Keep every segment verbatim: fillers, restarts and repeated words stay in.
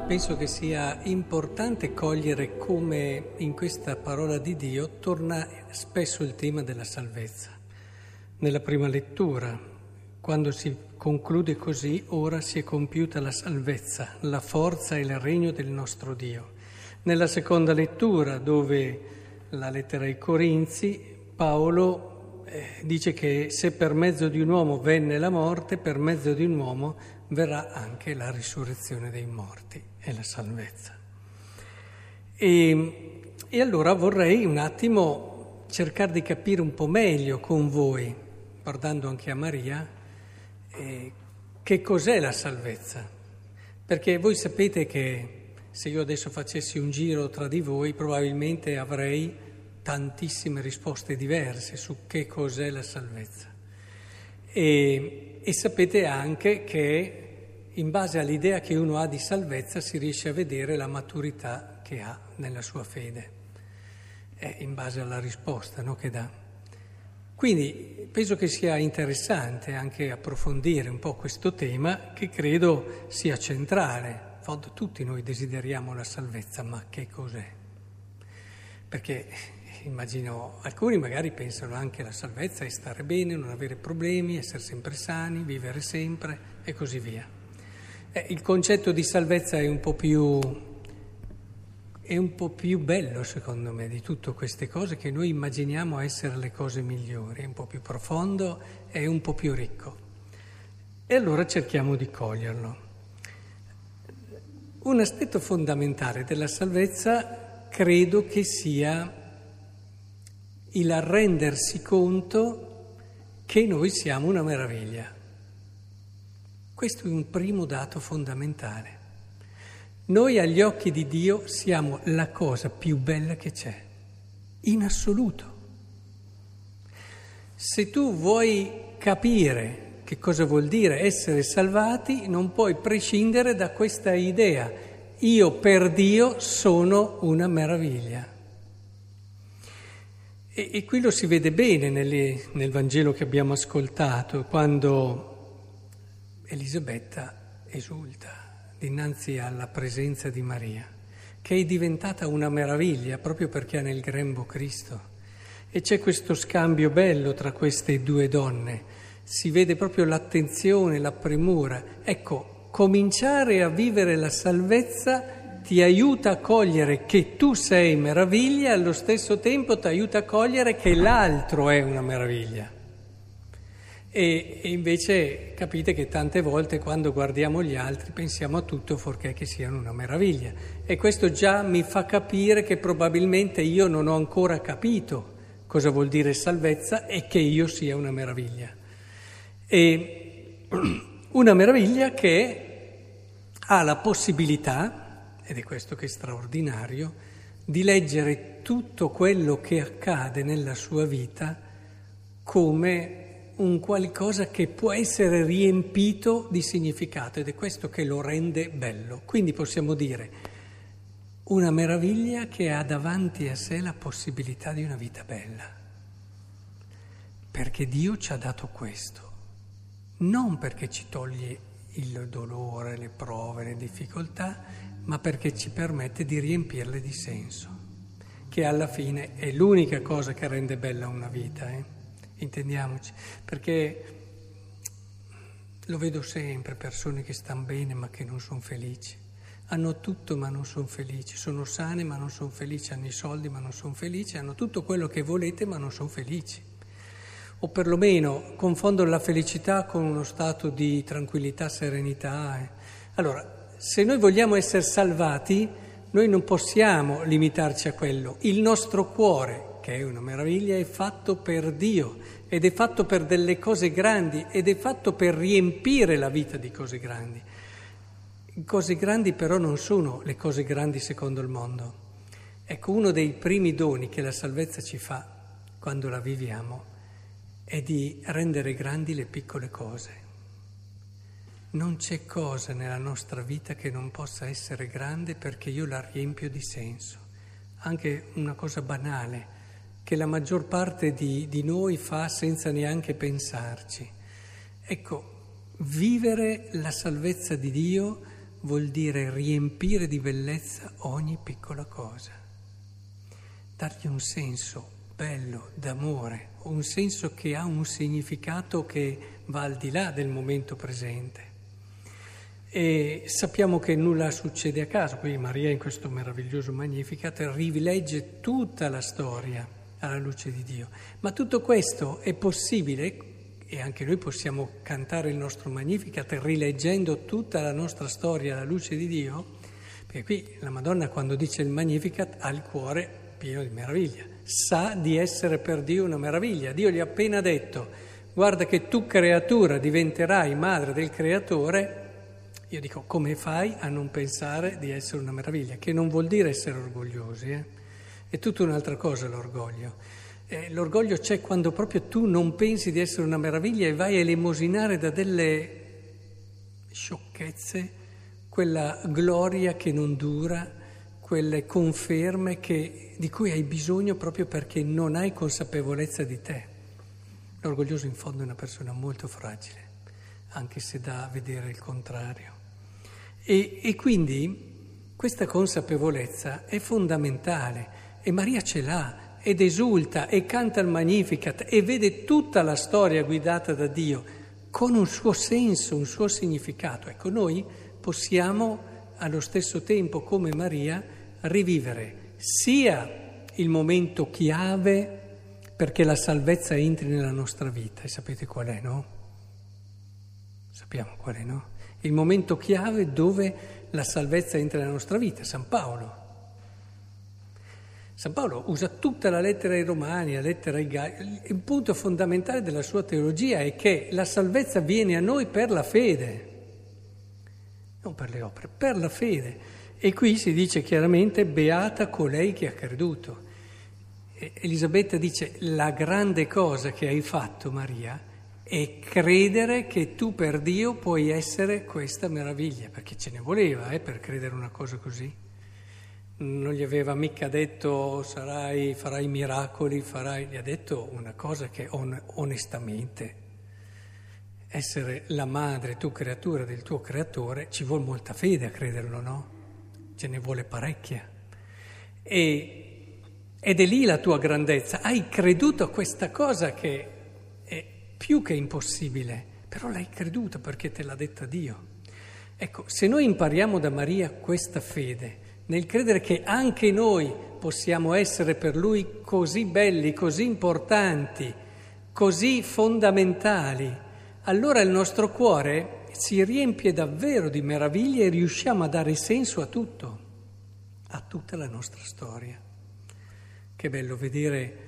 Penso che sia importante cogliere come in questa parola di Dio torna spesso il tema della salvezza. Nella prima lettura, quando si conclude così, ora si è compiuta la salvezza, la forza e il regno del nostro Dio. Nella seconda lettura, dove la lettera ai Corinzi, Paolo eh, dice che se per mezzo di un uomo venne la morte, per mezzo di un uomo verrà anche la risurrezione dei morti e la salvezza. E, e allora vorrei un attimo cercare di capire un po' meglio con voi, guardando anche a Maria, eh, che cos'è la salvezza. Perché voi sapete che se io adesso facessi un giro tra di voi, probabilmente avrei tantissime risposte diverse su che cos'è la salvezza. E, e sapete anche che in base all'idea che uno ha di salvezza si riesce a vedere la maturità che ha nella sua fede, è in base alla risposta, no, che dà. Quindi penso che sia interessante anche approfondire un po' questo tema che credo sia centrale. In fondo tutti noi desideriamo la salvezza, ma che cos'è? Perché immagino, alcuni magari pensano anche la salvezza è stare bene, non avere problemi, essere sempre sani, vivere sempre e così via. Eh, il concetto di salvezza è un po' più, è un po' più bello secondo me di tutte queste cose che noi immaginiamo essere le cose migliori, è un po' più profondo e un po' più ricco. E allora cerchiamo di coglierlo. Un aspetto fondamentale della salvezza credo che sia il rendersi conto che noi siamo una meraviglia. Questo è un primo dato fondamentale. Noi agli occhi di Dio siamo la cosa più bella che c'è, in assoluto. Se tu vuoi capire che cosa vuol dire essere salvati, non puoi prescindere da questa idea. Io per Dio sono una meraviglia. E, e qui lo si vede bene nelle, nel Vangelo che abbiamo ascoltato, quando Elisabetta esulta dinanzi alla presenza di Maria, che è diventata una meraviglia proprio perché ha nel grembo Cristo. E c'è questo scambio bello tra queste due donne, si vede proprio l'attenzione, la premura. Ecco, cominciare a vivere la salvezza ti aiuta a cogliere che tu sei meraviglia e allo stesso tempo ti aiuta a cogliere che l'altro è una meraviglia. E, e invece capite che tante volte quando guardiamo gli altri pensiamo a tutto fuorché che siano una meraviglia. E questo già mi fa capire che probabilmente io non ho ancora capito cosa vuol dire salvezza e che io sia una meraviglia. E una meraviglia che ha la possibilità, ed è questo che è straordinario, di leggere tutto quello che accade nella sua vita come un qualcosa che può essere riempito di significato ed è questo che lo rende bello. Quindi possiamo dire una meraviglia che ha davanti a sé la possibilità di una vita bella, perché Dio ci ha dato questo, non perché ci toglie il dolore, le prove, le difficoltà, ma perché ci permette di riempirle di senso, che alla fine è l'unica cosa che rende bella una vita, eh? Intendiamoci, perché lo vedo sempre, persone che stanno bene ma che non sono felici, hanno tutto ma non sono felici, sono sane ma non sono felici, hanno i soldi ma non sono felici, hanno tutto quello che volete ma non sono felici. O perlomeno confondono la felicità con uno stato di tranquillità, serenità. Eh. Allora, se noi vogliamo essere salvati, noi non possiamo limitarci a quello. Il nostro cuore, che è una meraviglia, è fatto per Dio ed è fatto per delle cose grandi ed è fatto per riempire la vita di cose grandi. Cose grandi però non sono le cose grandi secondo il mondo. Ecco, uno dei primi doni che la salvezza ci fa quando la viviamo è di rendere grandi le piccole cose. Non c'è cosa nella nostra vita che non possa essere grande perché io la riempio di senso. Anche una cosa banale che la maggior parte di, di noi fa senza neanche pensarci. Ecco, vivere la salvezza di Dio vuol dire riempire di bellezza ogni piccola cosa, dargli un senso bello, d'amore, un senso che ha un significato che va al di là del momento presente. E sappiamo che nulla succede a caso, qui Maria in questo meraviglioso Magnificat rilegge tutta la storia alla luce di Dio, ma tutto questo è possibile e anche noi possiamo cantare il nostro Magnificat rileggendo tutta la nostra storia alla luce di Dio, perché qui la Madonna quando dice il Magnificat ha il cuore pieno di meraviglia, sa di essere per Dio una meraviglia. Dio gli ha appena detto: guarda che tu creatura diventerai madre del Creatore. Io dico, come fai a non pensare di essere una meraviglia? Che non vuol dire essere orgogliosi, eh? È tutta un'altra cosa l'orgoglio. Eh, l'orgoglio c'è quando proprio tu non pensi di essere una meraviglia e vai a elemosinare da delle sciocchezze quella gloria che non dura, quelle conferme che, di cui hai bisogno proprio perché non hai consapevolezza di te. L'orgoglioso in fondo è una persona molto fragile, anche se dà a vedere il contrario. E, e quindi questa consapevolezza è fondamentale e Maria ce l'ha ed esulta e canta il Magnificat e vede tutta la storia guidata da Dio con un suo senso, un suo significato. Ecco, noi possiamo allo stesso tempo, come Maria, rivivere sia il momento chiave perché la salvezza entri nella nostra vita, e sapete qual è, no? Sappiamo qual è, no? Il momento chiave dove la salvezza entra nella nostra vita, San Paolo. San Paolo usa tutta la lettera ai Romani, la lettera ai Gai. Il punto fondamentale della sua teologia è che la salvezza viene a noi per la fede, non per le opere, per la fede. E qui si dice chiaramente: beata colei che ha creduto. E Elisabetta dice: la grande cosa che hai fatto, Maria, è credere che tu per Dio puoi essere questa meraviglia, perché ce ne voleva eh, per credere una cosa così. Non gli aveva mica detto sarai, farai miracoli, farai... gli ha detto una cosa che on, onestamente, essere la madre, tu creatura del tuo creatore, ci vuole molta fede a crederlo, no? Ce ne vuole parecchia. E, ed è lì la tua grandezza. Hai creduto a questa cosa che è più che impossibile, però l'hai creduta perché te l'ha detta Dio. Ecco, se noi impariamo da Maria questa fede, nel credere che anche noi possiamo essere per Lui così belli, così importanti, così fondamentali, allora il nostro cuore si riempie davvero di meraviglie e riusciamo a dare senso a tutto, a tutta la nostra storia. Che bello vedere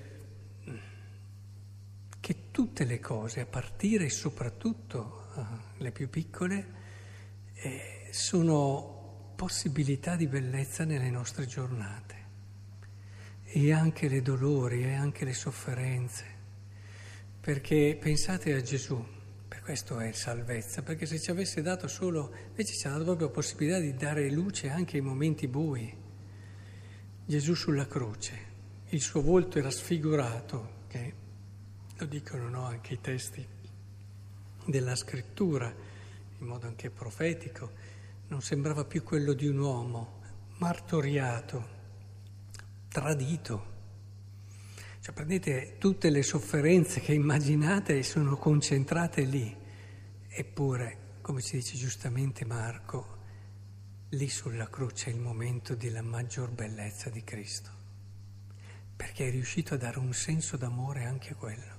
che tutte le cose, a partire soprattutto uh, le più piccole, eh, sono possibilità di bellezza nelle nostre giornate, e anche le dolori e anche le sofferenze, perché pensate a Gesù, per questo è salvezza, perché se ci avesse dato solo, invece ci ha dato proprio la possibilità di dare luce anche ai momenti bui. Gesù sulla croce, il suo volto era sfigurato, che lo dicono, no, anche i testi della scrittura, in modo anche profetico. Non sembrava più quello di un uomo, martoriato, tradito. Cioè prendete tutte le sofferenze che immaginate e sono concentrate lì. Eppure, come ci dice giustamente Marco, lì sulla croce è il momento della maggior bellezza di Cristo, perché è riuscito a dare un senso d'amore anche a quello.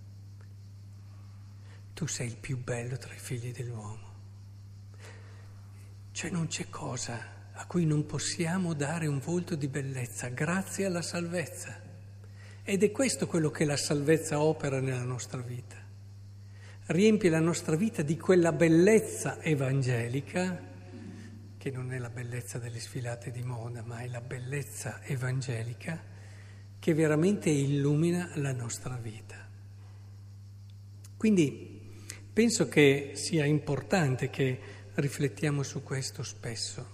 Tu sei il più bello tra i figli dell'uomo. Cioè non c'è cosa a cui non possiamo dare un volto di bellezza grazie alla salvezza. Ed è questo quello che la salvezza opera nella nostra vita. Riempie la nostra vita di quella bellezza evangelica, che non è la bellezza delle sfilate di moda, ma è la bellezza evangelica che veramente illumina la nostra vita. Quindi penso che sia importante che riflettiamo su questo spesso.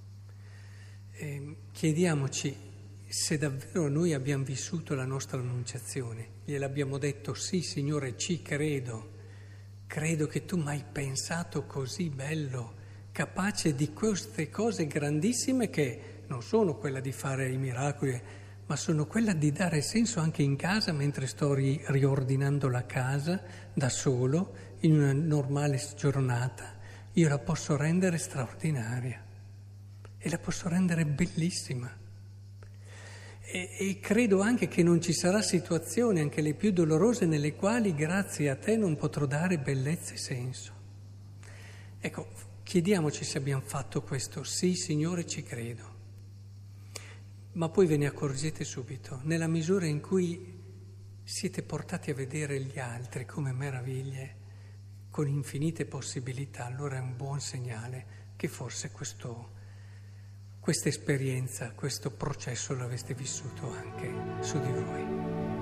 E chiediamoci se davvero noi abbiamo vissuto la nostra annunciazione. Gliel'abbiamo detto: sì, Signore, ci credo, credo che tu mi hai pensato così bello, capace di queste cose grandissime che non sono quella di fare i miracoli, ma sono quella di dare senso anche in casa, mentre sto ri- riordinando la casa da solo, in una normale giornata. Io la posso rendere straordinaria e la posso rendere bellissima. E, e credo anche che non ci sarà situazioni, anche le più dolorose, nelle quali grazie a te non potrò dare bellezza e senso. Ecco, chiediamoci se abbiamo fatto questo. Sì, Signore, ci credo. Ma poi ve ne accorgete subito, nella misura in cui siete portati a vedere gli altri come meraviglie, con infinite possibilità, allora è un buon segnale che forse questo, questa esperienza, questo processo l'aveste vissuto anche su di voi.